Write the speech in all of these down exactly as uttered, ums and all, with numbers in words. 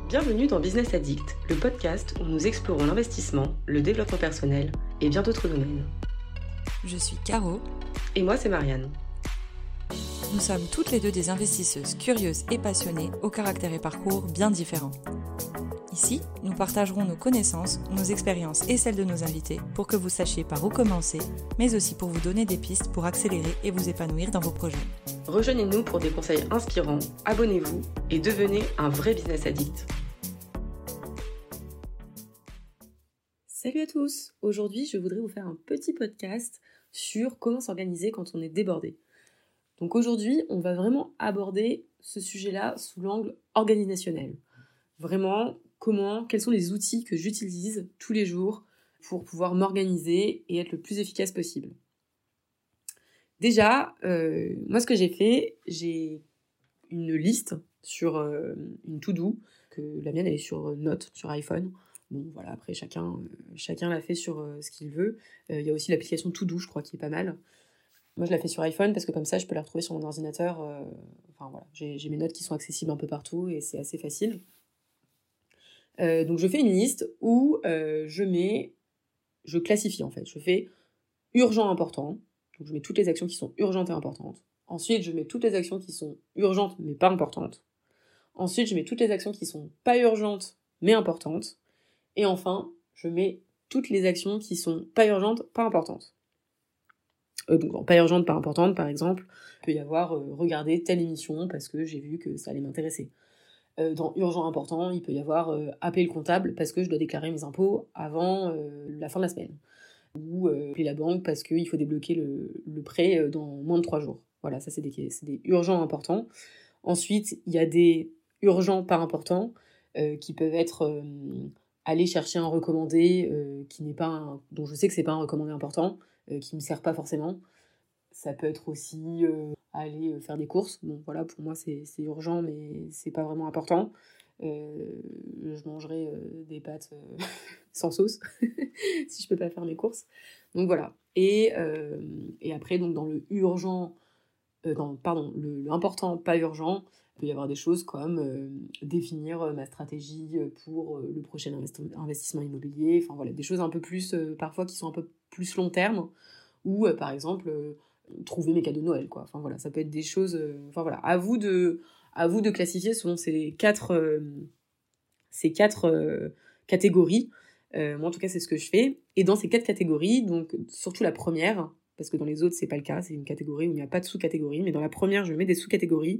Bienvenue dans Business Addict, le podcast où nous explorons l'investissement, le développement personnel et bien d'autres domaines. Je suis Caro. Et moi, c'est Marianne. Nous sommes toutes les deux des investisseuses curieuses et passionnées, au caractère et parcours bien différents. Ici, nous partagerons nos connaissances, nos expériences et celles de nos invités pour que vous sachiez par où commencer, mais aussi pour vous donner des pistes pour accélérer et vous épanouir dans vos projets. Rejoignez-nous pour des conseils inspirants, abonnez-vous et devenez un vrai business addict. Salut à tous! Aujourd'hui, je voudrais vous faire un petit podcast sur comment s'organiser quand on est débordé. Donc aujourd'hui, on va vraiment aborder ce sujet-là sous l'angle organisationnel. Vraiment, comment, quels sont les outils que j'utilise tous les jours pour pouvoir m'organiser et être le plus efficace possible. Déjà, euh, moi ce que j'ai fait, j'ai une liste sur euh, une to-do, que la mienne elle est sur Note, sur iPhone. Bon voilà, après chacun, euh, chacun l'a fait sur euh, ce qu'il veut. Il euh, y a aussi l'application To-Do, je crois, qui est pas mal. Moi je la fais sur iPhone parce que comme ça je peux la retrouver sur mon ordinateur. Euh, enfin voilà, j'ai, j'ai mes notes qui sont accessibles un peu partout et c'est assez facile. Euh, donc je fais une liste où euh, je mets, je classifie en fait. Je fais urgent, important. Donc je mets toutes les actions qui sont urgentes et importantes. Ensuite je mets toutes les actions qui sont urgentes mais pas importantes. Ensuite je mets toutes les actions qui sont pas urgentes mais importantes. Et enfin je mets toutes les actions qui sont pas urgentes, pas importantes. Euh, donc bon, pas urgente, pas importante, par exemple, il peut y avoir euh, regarder telle émission parce que j'ai vu que ça allait m'intéresser. Euh, dans urgent, important, il peut y avoir euh, appeler le comptable parce que je dois déclarer mes impôts avant euh, la fin de la semaine. Ou euh, appeler la banque parce qu'il faut débloquer le, le prêt euh, dans moins de trois jours. Voilà, ça c'est des, c'est des urgents importants. Ensuite, il y a des urgents pas importants euh, qui peuvent être euh, aller chercher un recommandé euh, qui n'est pas un, dont je sais que c'est pas un recommandé important, euh, qui me sert pas forcément. Ça peut être aussi euh, aller faire des courses. Bon voilà, pour moi c'est, c'est urgent mais c'est pas vraiment important. Euh, je mangerai euh, des pâtes euh, sans sauce si je peux pas faire mes courses. Donc voilà. Et, euh, et après donc dans le urgent, euh, dans, pardon, le, le important pas urgent, il peut y avoir des choses comme euh, définir ma stratégie pour euh, le prochain investi- investissement immobilier. Enfin voilà, des choses un peu plus euh, parfois qui sont un peu plus long terme. Ou euh, par exemple euh, trouver mes cadeaux de Noël, quoi. Enfin voilà, ça peut être des choses. Euh, enfin voilà, à vous de, à vous de classifier selon ces quatre, euh, ces quatre euh, catégories. Euh, moi en tout cas c'est ce que je fais. Et dans ces quatre catégories, donc surtout la première, parce que dans les autres c'est pas le cas, c'est une catégorie où il n'y a pas de sous-catégorie, mais dans la première je mets des sous-catégories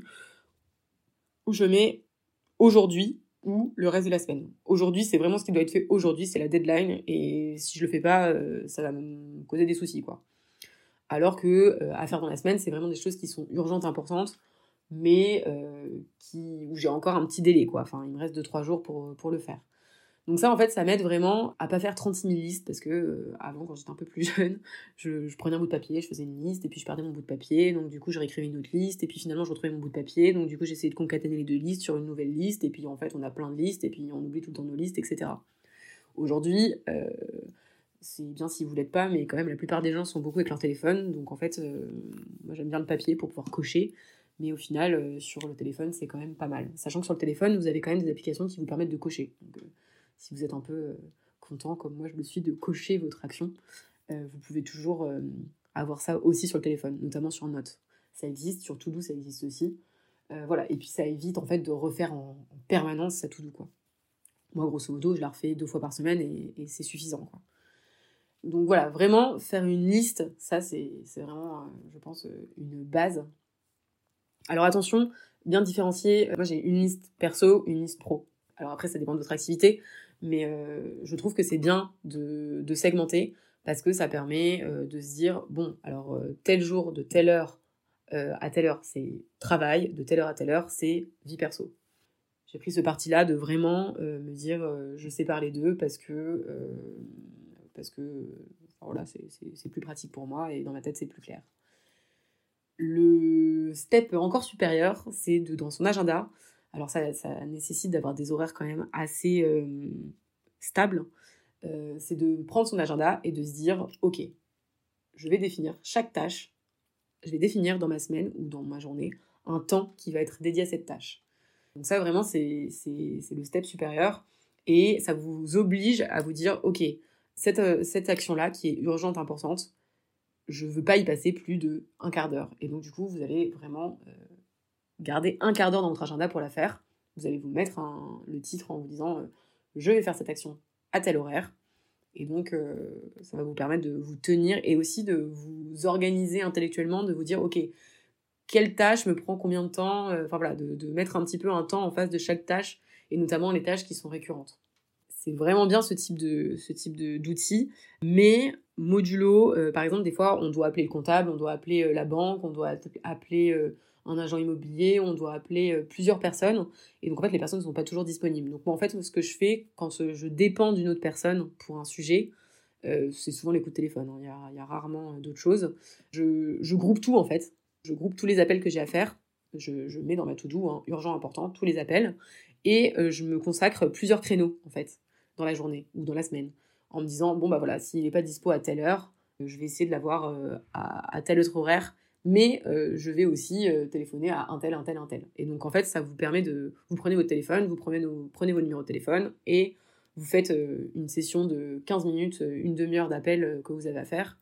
où je mets aujourd'hui ou le reste de la semaine. Aujourd'hui c'est vraiment ce qui doit être fait aujourd'hui, c'est la deadline, et si je le fais pas, euh, ça va me causer des soucis, quoi. Alors que euh, à faire dans la semaine, c'est vraiment des choses qui sont urgentes, importantes, mais euh, qui, où j'ai encore un petit délai, quoi. Enfin, il me reste deux trois jours pour, pour le faire. Donc ça, en fait, ça m'aide vraiment à pas faire trente-six mille listes, parce que euh, avant, quand j'étais un peu plus jeune, je, je prenais un bout de papier, je faisais une liste, et puis je perdais mon bout de papier, donc du coup, je réécrivais une autre liste, et puis finalement, je retrouvais mon bout de papier, donc du coup, j'essayais de concaténer les deux listes sur une nouvelle liste, et puis en fait, on a plein de listes, et puis on oublie tout le temps nos listes, et cetera. Aujourd'hui, euh, c'est bien si vous l'êtes pas, mais quand même la plupart des gens sont beaucoup avec leur téléphone, donc en fait, euh, moi j'aime bien le papier pour pouvoir cocher, mais au final, euh, sur le téléphone, c'est quand même pas mal. Sachant que sur le téléphone, vous avez quand même des applications qui vous permettent de cocher. Donc, euh, si vous êtes un peu euh, content, comme moi je le suis, de cocher votre action, euh, vous pouvez toujours euh, avoir ça aussi sur le téléphone, notamment sur Note. Ça existe, sur To-Do ça existe aussi. Euh, voilà, et puis ça évite en fait de refaire en, en permanence sa To-Do, quoi. Moi, grosso modo, je la refais deux fois par semaine et, et c'est suffisant, quoi. Donc voilà, vraiment, faire une liste, ça, c'est, c'est vraiment, euh, je pense, euh, une base. Alors attention, bien différencier. Moi, j'ai une liste perso, une liste pro. Alors après, ça dépend de votre activité, mais euh, je trouve que c'est bien de, de segmenter parce que ça permet euh, de se dire, bon, alors euh, tel jour, de telle heure euh, à telle heure, c'est travail, de telle heure à telle heure, c'est vie perso. J'ai pris ce parti-là de vraiment euh, me dire euh, je sépare les deux parce que euh, parce que enfin, voilà, c'est, c'est, c'est plus pratique pour moi et dans ma tête c'est plus clair. Le step encore supérieur, c'est de dans son agenda. Alors ça, ça nécessite d'avoir des horaires quand même assez euh, stables. Euh, c'est de prendre son agenda et de se dire ok, je vais définir chaque tâche. Je vais définir dans ma semaine ou dans ma journée un temps qui va être dédié à cette tâche. Donc ça, vraiment, c'est, c'est, c'est le step supérieur. Et ça vous oblige à vous dire, ok, cette, euh, cette action-là qui est urgente, importante, je veux pas y passer plus de un quart d'heure. Et donc, du coup, vous allez vraiment euh, garder un quart d'heure dans votre agenda pour la faire. Vous allez vous mettre un, le titre en vous disant, euh, je vais faire cette action à tel horaire. Et donc, euh, ça va vous permettre de vous tenir et aussi de vous organiser intellectuellement, de vous dire, ok, quelle tâche me prend combien de temps, euh, enfin voilà, de, de mettre un petit peu un temps en face de chaque tâche, et notamment les tâches qui sont récurrentes. C'est vraiment bien ce type de ce type de d'outils, mais modulo, euh, par exemple, des fois, on doit appeler le comptable, on doit appeler euh, la banque, on doit appeler euh, un agent immobilier, on doit appeler euh, plusieurs personnes, et donc en fait, les personnes ne sont pas toujours disponibles. Donc moi, en fait, ce que je fais quand je dépends d'une autre personne pour un sujet, euh, c'est souvent les coups de téléphone, hein. Il y a, il y a rarement d'autres choses. Je, je groupe tout, en fait. Je groupe tous les appels que j'ai à faire. Je, je mets dans ma to-do, hein, urgent, important, tous les appels. Et euh, je me consacre plusieurs créneaux, en fait, dans la journée ou dans la semaine, en me disant, bon, bah voilà, s'il n'est pas dispo à telle heure, euh, je vais essayer de l'avoir euh, à, à tel autre horaire, mais euh, je vais aussi euh, téléphoner à un tel, un tel, un tel. Et donc, en fait, ça vous permet de... Vous prenez votre téléphone, vous prenez, nos, prenez vos numéros de téléphone, et vous faites euh, une session de quinze minutes, une demi-heure d'appel euh, que vous avez à faire,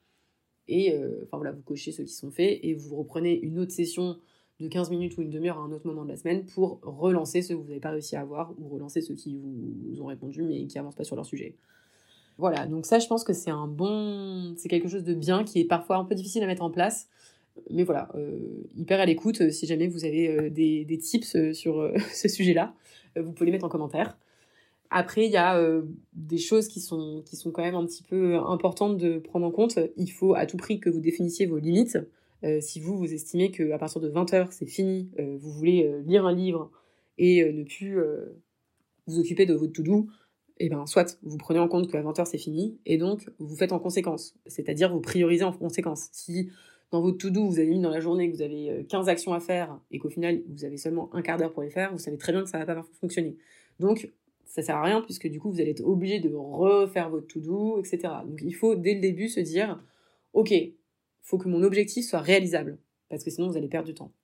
et euh, enfin voilà, vous cochez ceux qui sont faits, et vous reprenez une autre session de quinze minutes ou une demi-heure à un autre moment de la semaine pour relancer ceux que vous n'avez pas réussi à avoir, ou relancer ceux qui vous ont répondu mais qui n'avancent pas sur leur sujet. Voilà, donc ça, je pense que c'est un bon... c'est quelque chose de bien, qui est parfois un peu difficile à mettre en place, mais voilà, euh, hyper à l'écoute. Si jamais vous avez euh, des, des tips euh, sur euh, ce sujet-là, euh, vous pouvez les mettre en commentaire. Après, il y a euh, des choses qui sont, qui sont quand même un petit peu importantes de prendre en compte. Il faut à tout prix que vous définissiez vos limites. Euh, si vous, vous estimez qu'à partir de vingt heures, c'est fini, euh, vous voulez euh, lire un livre et euh, ne plus euh, vous occuper de votre to-do, et ben soit vous prenez en compte qu'à vingt heures, c'est fini, et donc vous faites en conséquence. C'est-à-dire vous priorisez en conséquence. Si dans votre to-do, vous avez mis dans la journée que vous avez quinze actions à faire et qu'au final, vous avez seulement un quart d'heure pour les faire, vous savez très bien que ça ne va pas fonctionner. Donc, ça sert à rien, puisque du coup, vous allez être obligé de refaire votre to-do, et cetera. Donc, il faut, dès le début, se dire, ok, il faut que mon objectif soit réalisable, parce que sinon, vous allez perdre du temps.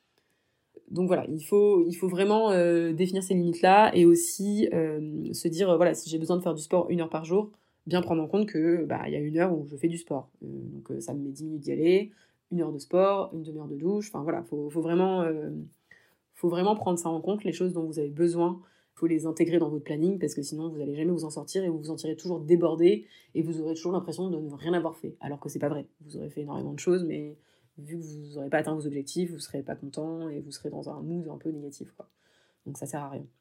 Donc voilà, il faut, il faut vraiment euh, définir ces limites-là, et aussi euh, se dire, euh, voilà, si j'ai besoin de faire du sport une heure par jour, bien prendre en compte que bah, y a une heure où je fais du sport. Euh, donc euh, ça me met dix minutes d'y aller, une heure de sport, une demi-heure de douche, enfin voilà, il faut, faut, vraiment, euh, faut vraiment prendre ça en compte, les choses dont vous avez besoin. Il faut les intégrer dans votre planning, parce que sinon vous n'allez jamais vous en sortir et vous vous en tirez toujours débordé, et vous aurez toujours l'impression de ne rien avoir fait, alors que c'est pas vrai. Vous aurez fait énormément de choses, mais vu que vous n'aurez pas atteint vos objectifs, vous ne serez pas content et vous serez dans un mood un peu négatif, quoi. Donc ça sert à rien.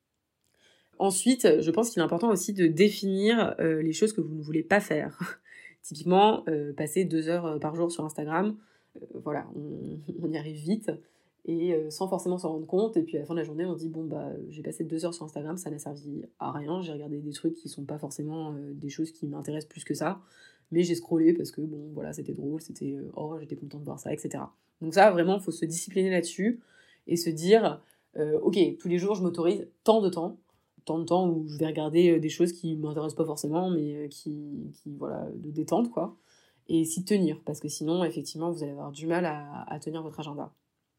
Ensuite, je pense qu'il est important aussi de définir euh, les choses que vous ne voulez pas faire. Typiquement, euh, passer deux heures par jour sur Instagram, euh, voilà, on, on y arrive vite, et euh, sans forcément s'en rendre compte, et puis à la fin de la journée, on se dit, bon, bah, j'ai passé deux heures sur Instagram, ça n'a servi à rien, j'ai regardé des trucs qui sont pas forcément euh, des choses qui m'intéressent plus que ça, mais j'ai scrollé parce que, bon, voilà, c'était drôle, c'était, euh, oh, j'étais contente de voir ça, et cetera. Donc ça, vraiment, il faut se discipliner là-dessus, et se dire, euh, ok, tous les jours, je m'autorise tant de temps, tant de temps où je vais regarder des choses qui m'intéressent pas forcément, mais qui, qui voilà, de détente, quoi, et s'y tenir, parce que sinon, effectivement, vous allez avoir du mal à, à tenir votre agenda.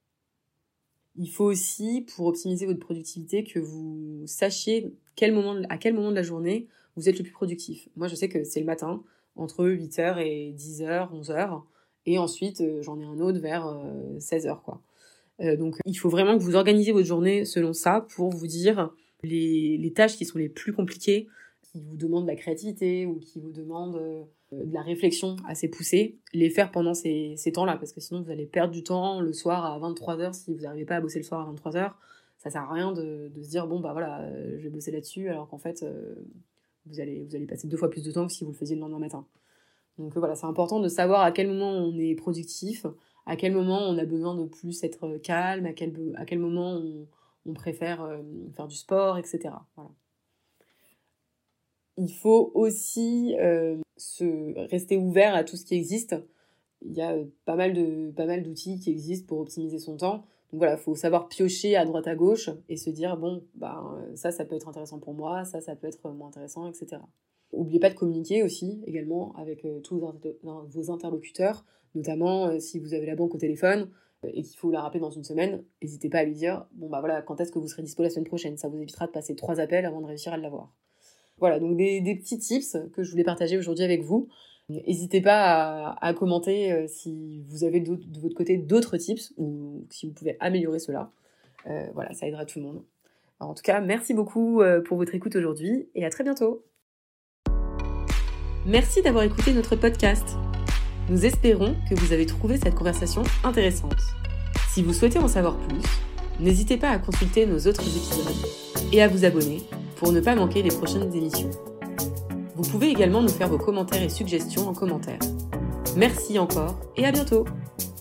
Il faut aussi, pour optimiser votre productivité, que vous sachiez quel moment, à quel moment de la journée vous êtes le plus productif. Moi, je sais que c'est le matin, entre huit heures et dix heures, onze heures, et ensuite, euh, j'en ai un autre vers euh, seize heures, quoi. Euh, donc, il faut vraiment que vous organisez votre journée selon ça, pour vous dire les, les tâches qui sont les plus compliquées, qui vous demandent de la créativité, ou qui vous demandent euh, de la réflexion assez poussée, les faire pendant ces, ces temps-là, parce que sinon vous allez perdre du temps le soir à vingt-trois heures. Si vous n'arrivez pas à bosser le soir à vingt-trois heures, ça sert à rien de, de se dire, bon bah voilà, euh, je vais bosser là-dessus, alors qu'en fait, euh, vous, allez, vous allez passer deux fois plus de temps que si vous le faisiez le lendemain matin. Donc euh, voilà, c'est important de savoir à quel moment on est productif, à quel moment on a besoin de plus être calme, à quel, à quel moment on, on préfère euh, faire du sport, et cetera. Voilà. Il faut aussi euh, se rester ouvert à tout ce qui existe. Il y a pas mal de pas mal d'outils qui existent pour optimiser son temps. Donc voilà, il faut savoir piocher à droite à gauche et se dire, bon, bah, ça, ça peut être intéressant pour moi, ça, ça peut être moins intéressant, et cetera. N'oubliez pas de communiquer aussi, également, avec euh, tous vos interlocuteurs, notamment euh, si vous avez la banque au téléphone, et qu'il faut la rappeler dans une semaine, n'hésitez pas à lui dire « Bon bah voilà, quand est-ce que vous serez dispo la semaine prochaine ?» Ça vous évitera de passer trois appels avant de réussir à l'avoir. Voilà, donc des, des petits tips que je voulais partager aujourd'hui avec vous. N'hésitez pas à, à commenter euh, si vous avez de votre côté d'autres tips ou si vous pouvez améliorer cela. Euh, voilà, ça aidera tout le monde. Alors, en tout cas, merci beaucoup euh, pour votre écoute aujourd'hui et à très bientôt. Merci d'avoir écouté notre podcast. Nous espérons que vous avez trouvé cette conversation intéressante. Si vous souhaitez en savoir plus, n'hésitez pas à consulter nos autres épisodes et à vous abonner pour ne pas manquer les prochaines émissions. Vous pouvez également nous faire vos commentaires et suggestions en commentaire. Merci encore et à bientôt!